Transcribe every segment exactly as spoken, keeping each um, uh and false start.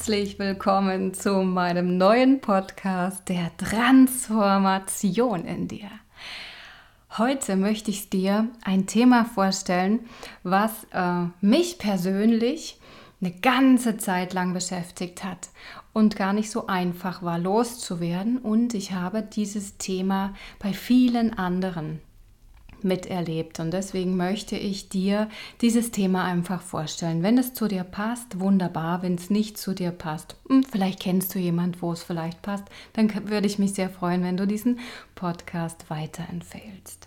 herzlich willkommen zu meinem neuen Podcast der Transformation in dir. Heute möchte ich dir ein Thema vorstellen, was äh, mich persönlich eine ganze Zeit lang beschäftigt hat und gar nicht so einfach war, loszuwerden. Und ich habe dieses Thema bei vielen anderen miterlebt und deswegen möchte ich dir dieses Thema einfach vorstellen. Wenn es zu dir passt, wunderbar. Wenn es nicht zu dir passt, vielleicht kennst du jemanden, wo es vielleicht passt, dann würde ich mich sehr freuen, wenn du diesen Podcast weiterempfehlst.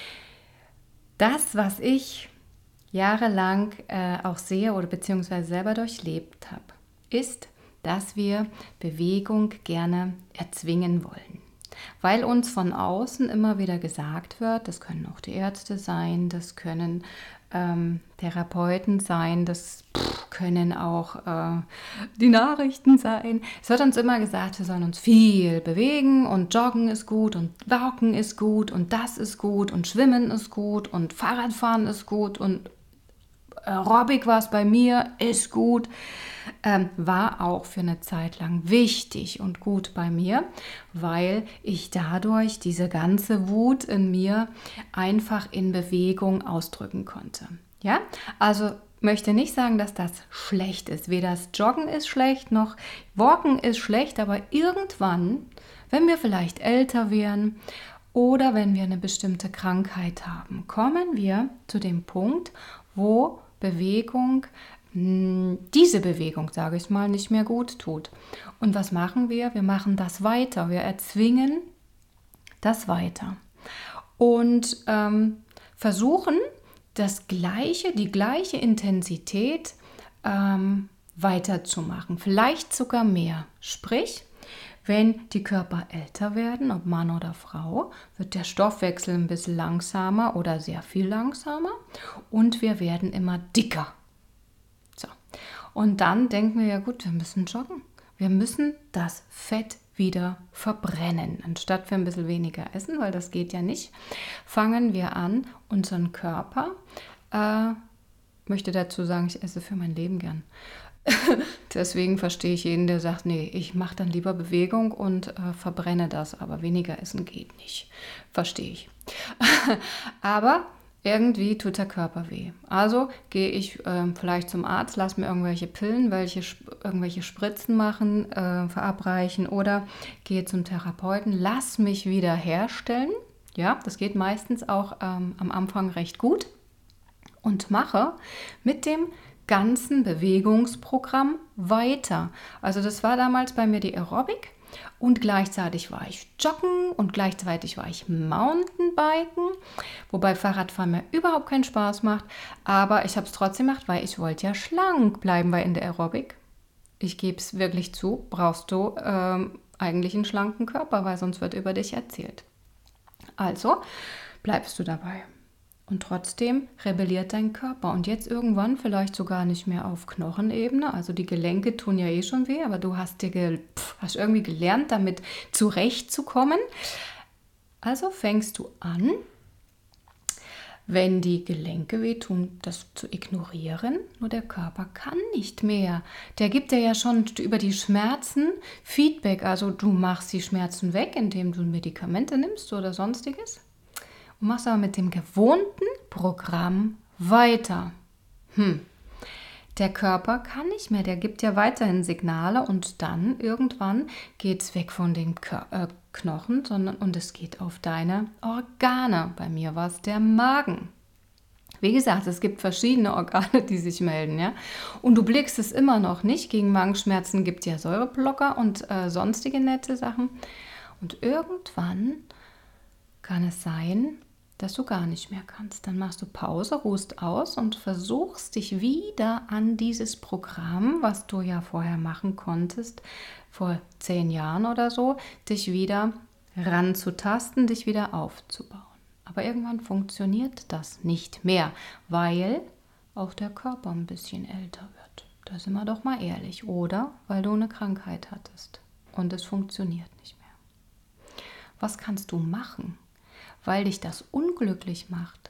Das, was ich jahrelang äh, auch sehe oder beziehungsweise selber durchlebt habe, ist, dass wir Bewegung gerne erzwingen wollen. Weil uns von außen immer wieder gesagt wird, das können auch die Ärzte sein, das können ähm, Therapeuten sein, das pff, können auch äh, die Nachrichten sein. Es wird uns immer gesagt, wir sollen uns viel bewegen und Joggen ist gut und Walken ist gut und das ist gut und Schwimmen ist gut und Fahrradfahren ist gut und Aerobic war es bei mir, ist gut, ähm, war auch für eine Zeit lang wichtig und gut bei mir, weil ich dadurch diese ganze Wut in mir einfach in Bewegung ausdrücken konnte. Ja, also möchte nicht sagen, dass das schlecht ist. Weder das Joggen ist schlecht, noch Walken ist schlecht, aber irgendwann, wenn wir vielleicht älter werden oder wenn wir eine bestimmte Krankheit haben, kommen wir zu dem Punkt, wo Bewegung, diese Bewegung, sage ich mal, nicht mehr gut tut. Und was machen wir? Wir machen das weiter. Wir erzwingen das weiter. Und ähm, versuchen, das gleiche, die gleiche Intensität ähm, weiterzumachen. Vielleicht sogar mehr. Sprich, wenn die Körper älter werden, ob Mann oder Frau, wird der Stoffwechsel ein bisschen langsamer oder sehr viel langsamer und wir werden immer dicker. So. Und dann denken wir, ja gut, wir müssen joggen. Wir müssen das Fett wieder verbrennen. Anstatt wir ein bisschen weniger essen, weil das geht ja nicht, fangen wir an, unseren Körper, äh, möchte dazu sagen, ich esse für mein Leben gern. Deswegen verstehe ich jeden, der sagt, nee, ich mache dann lieber Bewegung und äh, verbrenne das, aber weniger essen geht nicht. Verstehe ich. Aber irgendwie tut der Körper weh. Also gehe ich äh, vielleicht zum Arzt, lasse mir irgendwelche Pillen, welche, irgendwelche Spritzen machen, äh, verabreichen oder gehe zum Therapeuten, lass mich wieder herstellen. Ja, das geht meistens auch ähm, am Anfang recht gut und mache mit dem ganzen Bewegungsprogramm weiter. Also das war damals bei mir die Aerobic und gleichzeitig war ich joggen und gleichzeitig war ich Mountainbiken, wobei Fahrradfahren mir überhaupt keinen Spaß macht, aber ich habe es trotzdem gemacht, weil ich wollte ja schlank bleiben, weil in der Aerobic, ich gebe es wirklich zu, brauchst du ähm, eigentlich einen schlanken Körper, weil sonst wird über dich erzählt. Also bleibst du dabei. Und trotzdem rebelliert dein Körper. Und jetzt irgendwann vielleicht sogar nicht mehr auf Knochenebene. Also die Gelenke tun ja eh schon weh, aber du hast, dir ge- pf, hast irgendwie gelernt, damit zurechtzukommen. Also fängst du an, wenn die Gelenke wehtun, das zu ignorieren. Nur der Körper kann nicht mehr. Der gibt dir ja schon über die Schmerzen Feedback. Also du machst die Schmerzen weg, indem du Medikamente nimmst oder sonstiges. Und machst aber mit dem gewohnten Programm weiter. Hm. Der Körper kann nicht mehr, der gibt ja weiterhin Signale und dann irgendwann geht es weg von den Kör- äh, Knochen, sondern und es geht auf deine Organe. Bei mir war es der Magen. Wie gesagt, es gibt verschiedene Organe, die sich melden, ja. Und du blickst es immer noch nicht. Gegen Magenschmerzen gibt es ja Säureblocker und äh, sonstige nette Sachen. Und irgendwann kann es sein, dass du gar nicht mehr kannst. Dann machst du Pause, ruhst aus und versuchst dich wieder an dieses Programm, was du ja vorher machen konntest, vor zehn Jahren oder so, dich wieder ranzutasten, dich wieder aufzubauen. Aber irgendwann funktioniert das nicht mehr, weil auch der Körper ein bisschen älter wird. Da sind wir doch mal ehrlich. Oder weil du eine Krankheit hattest und es funktioniert nicht mehr. Was kannst du machen? Weil dich das unglücklich macht,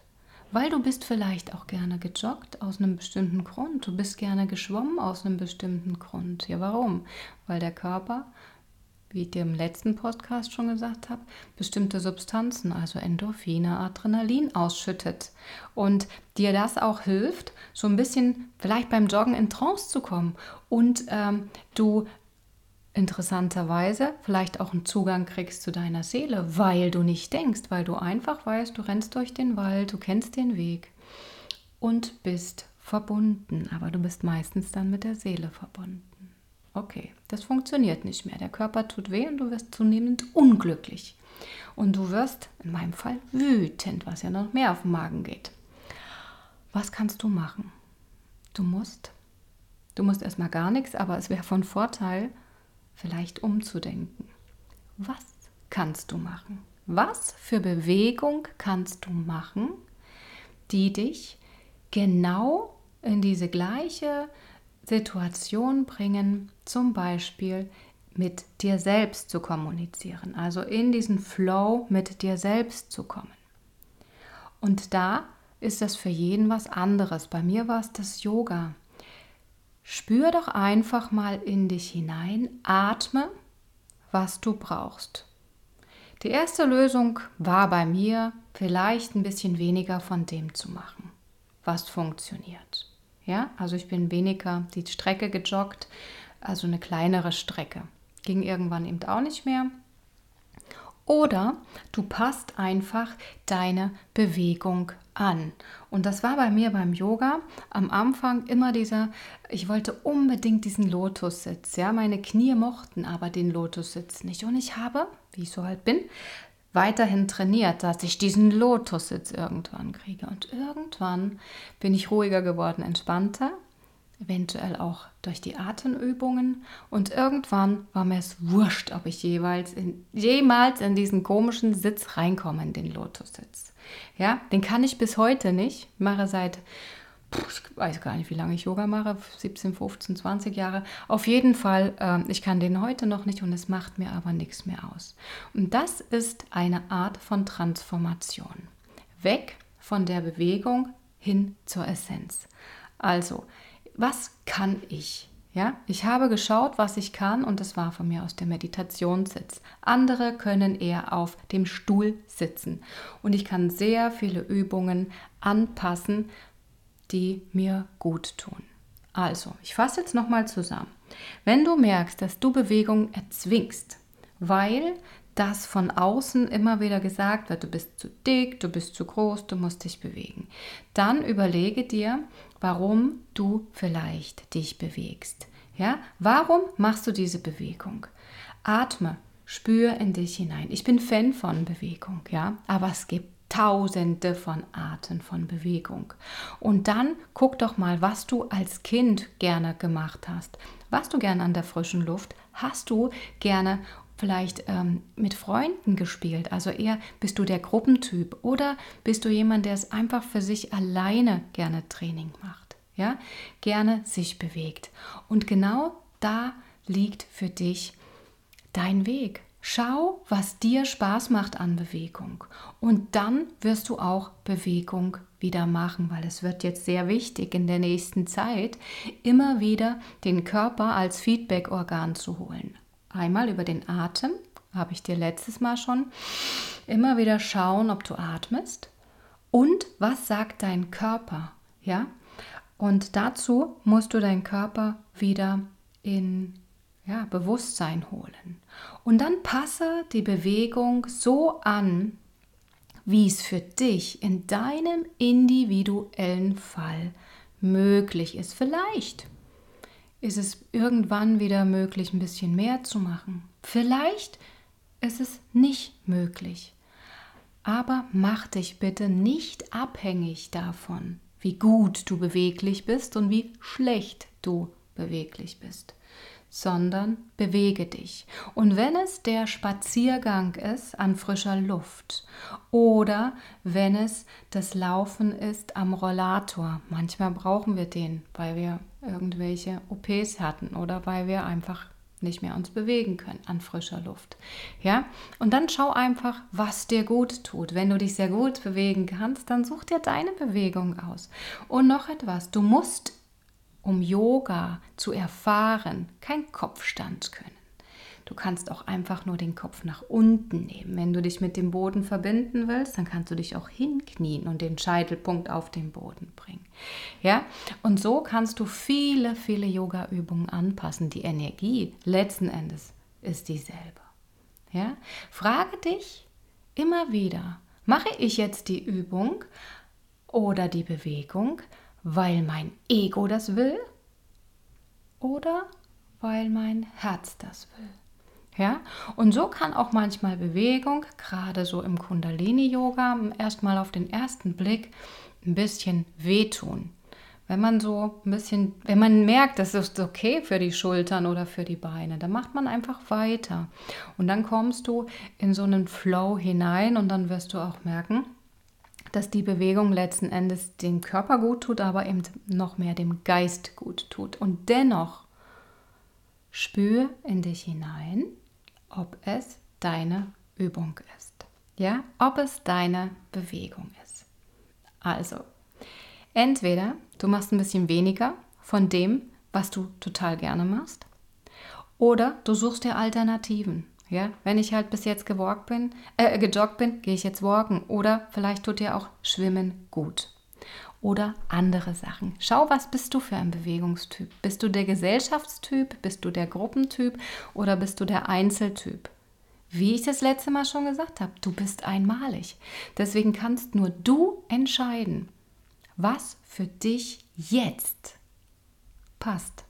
Weil du bist vielleicht auch gerne gejoggt aus einem bestimmten Grund. Du bist gerne geschwommen aus einem bestimmten Grund. Ja, warum? Weil der Körper, wie ich dir im letzten Podcast schon gesagt habe, bestimmte Substanzen, also Endorphine, Adrenalin ausschüttet. Und dir das auch hilft, so ein bisschen vielleicht beim Joggen in Trance zu kommen. Und ähm, du interessanterweise vielleicht auch einen Zugang kriegst zu deiner Seele, weil du nicht denkst, weil du einfach weißt, du rennst durch den Wald, du kennst den Weg und bist verbunden. Aber du bist meistens dann mit der Seele verbunden. Okay, das funktioniert nicht mehr. Der Körper tut weh und du wirst zunehmend unglücklich. Und du wirst, in meinem Fall, wütend, was ja noch mehr auf den Magen geht. Was kannst du machen? Du musst, du musst erstmal gar nichts, aber es wäre von Vorteil, vielleicht umzudenken. Was kannst du machen? Was für Bewegung kannst du machen, die dich genau in diese gleiche Situation bringen, zum Beispiel mit dir selbst zu kommunizieren, also in diesen Flow mit dir selbst zu kommen. Und da ist das für jeden was anderes. Bei mir war es das Yoga. Spür doch einfach mal in dich hinein, atme, was du brauchst. Die erste Lösung war bei mir, vielleicht ein bisschen weniger von dem zu machen, was funktioniert. Ja, also ich bin weniger die Strecke gejoggt, also eine kleinere Strecke. Ging irgendwann eben auch nicht mehr. Oder du passt einfach deine Bewegung an. Und das war bei mir beim Yoga am Anfang immer dieser, ich wollte unbedingt diesen Lotussitz. Ja, meine Knie mochten aber den Lotussitz nicht. Und ich habe, wie ich so halt bin, weiterhin trainiert, dass ich diesen Lotussitz irgendwann kriege. Und irgendwann bin ich ruhiger geworden, entspannter, eventuell auch durch die Atemübungen. Und irgendwann war mir es wurscht, ob ich jeweils in, jemals in diesen komischen Sitz reinkomme, in den Lotussitz. Ja, den kann ich bis heute nicht. Ich mache seit, ich weiß gar nicht, wie lange ich Yoga mache, siebzehn, fünfzehn, zwanzig Jahre. Auf jeden Fall, äh, ich kann den heute noch nicht und es macht mir aber nichts mehr aus. Und das ist eine Art von Transformation. Weg von der Bewegung hin zur Essenz. Also, was kann ich? Ja, ich habe geschaut, was ich kann und das war von mir aus der Meditationssitz. Andere können eher auf dem Stuhl sitzen und ich kann sehr viele Übungen anpassen, die mir gut tun. Also, ich fasse jetzt nochmal zusammen. Wenn du merkst, dass du Bewegung erzwingst, weil das von außen immer wieder gesagt wird, du bist zu dick, du bist zu groß, du musst dich bewegen, dann überlege dir, warum du vielleicht dich bewegst. Ja? Warum machst du diese Bewegung? Atme, spür in dich hinein. Ich bin Fan von Bewegung, ja, aber es gibt Tausende von Arten von Bewegung. Und dann guck doch mal, was du als Kind gerne gemacht hast. Warst du gerne an der frischen Luft? Hast du gerne vielleicht ähm, mit Freunden gespielt? Also eher bist du der Gruppentyp oder bist du jemand, der es einfach für sich alleine gerne Training macht? Ja? Gerne sich bewegt. Und genau da liegt für dich dein Weg. Schau, was dir Spaß macht an Bewegung und dann wirst du auch Bewegung wieder machen, weil es wird jetzt sehr wichtig in der nächsten Zeit, immer wieder den Körper als Feedback-Organ zu holen. Einmal über den Atem, habe ich dir letztes Mal schon, immer wieder schauen, ob du atmest und was sagt dein Körper, ja? Und dazu musst du deinen Körper wieder in Ja, Bewusstsein holen. Und dann passe die Bewegung so an, wie es für dich in deinem individuellen Fall möglich ist. Vielleicht ist es irgendwann wieder möglich, ein bisschen mehr zu machen. Vielleicht ist es nicht möglich. Aber mach dich bitte nicht abhängig davon, wie gut du beweglich bist und wie schlecht du beweglich bist, sondern bewege dich. Und wenn es der Spaziergang ist an frischer Luft oder wenn es das Laufen ist am Rollator, manchmal brauchen wir den, weil wir irgendwelche O Ps hatten oder weil wir einfach nicht mehr uns bewegen können an frischer Luft. Ja? Und dann schau einfach, was dir gut tut. Wenn du dich sehr gut bewegen kannst, dann such dir deine Bewegung aus. Und noch etwas, du musst, um Yoga zu erfahren, kein Kopfstand können. Du kannst auch einfach nur den Kopf nach unten nehmen. Wenn du dich mit dem Boden verbinden willst, dann kannst du dich auch hinknien und den Scheitelpunkt auf den Boden bringen. Ja? Und so kannst du viele, viele Yoga-Übungen anpassen. Die Energie letzten Endes ist dieselbe. Ja? Frage dich immer wieder, mache ich jetzt die Übung oder die Bewegung, weil mein Ego das will oder weil mein Herz das will? Ja? Und so kann auch manchmal Bewegung, gerade so im Kundalini-Yoga, erstmal auf den ersten Blick ein bisschen wehtun. Wenn man so ein bisschen, wenn man merkt, das ist okay für die Schultern oder für die Beine, dann macht man einfach weiter. Und dann kommst du in so einen Flow hinein und dann wirst du auch merken, dass die Bewegung letzten Endes dem Körper gut tut, aber eben noch mehr dem Geist gut tut. Und dennoch spür in dich hinein, ob es deine Übung ist. Ja, ob es deine Bewegung ist. Also, entweder du machst ein bisschen weniger von dem, was du total gerne machst, oder du suchst dir Alternativen. Ja, wenn ich halt bis jetzt gewalkt bin, äh, gejoggt bin, gehe ich jetzt walken. Oder vielleicht tut dir auch Schwimmen gut. Oder andere Sachen. Schau, was bist du für ein Bewegungstyp? Bist du der Gesellschaftstyp? Bist du der Gruppentyp? Oder bist du der Einzeltyp? Wie ich das letzte Mal schon gesagt habe, du bist einmalig. Deswegen kannst nur du entscheiden, was für dich jetzt passt.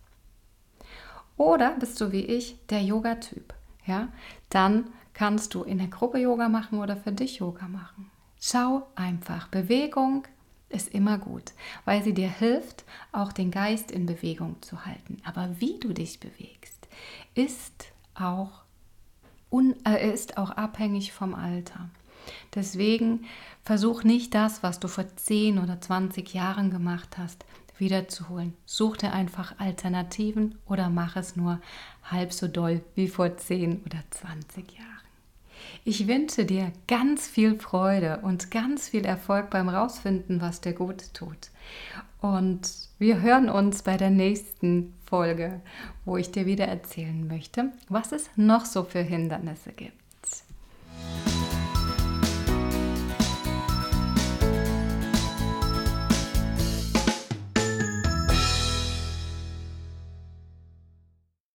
Oder bist du wie ich der Yoga-Typ? Ja? Dann kannst du in der Gruppe Yoga machen oder für dich Yoga machen. Schau einfach. Bewegung ist immer gut, weil sie dir hilft, auch den Geist in Bewegung zu halten. Aber wie du dich bewegst, ist auch, un, äh, ist auch abhängig vom Alter. Deswegen versuch nicht das, was du vor zehn oder zwanzig Jahren gemacht hast, wiederzuholen. Such dir einfach Alternativen oder mach es nur halb so doll wie vor zehn oder zwanzig Jahren. Ich wünsche dir ganz viel Freude und ganz viel Erfolg beim Rausfinden, was dir gut tut. Und wir hören uns bei der nächsten Folge, wo ich dir wieder erzählen möchte, was es noch so für Hindernisse gibt.